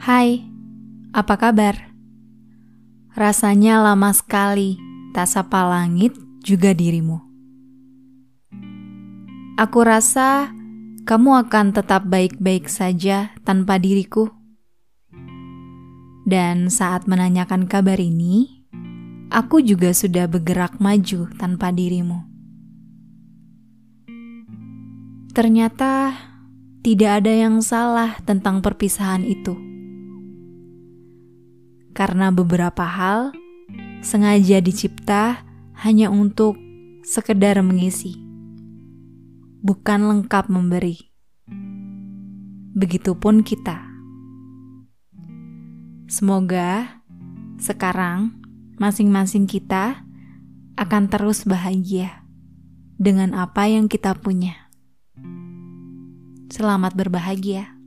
Hai, apa kabar? Rasanya lama sekali tak sapa langit juga dirimu. Aku rasa kamu akan tetap baik-baik saja tanpa diriku. Dan saat menanyakan kabar ini, aku juga sudah bergerak maju tanpa dirimu. Ternyata tidak ada yang salah tentang perpisahan itu. Karena beberapa hal sengaja dicipta hanya untuk sekedar mengisi, bukan lengkap memberi. Begitupun kita. Semoga sekarang masing-masing kita akan terus bahagia dengan apa yang kita punya. Selamat berbahagia.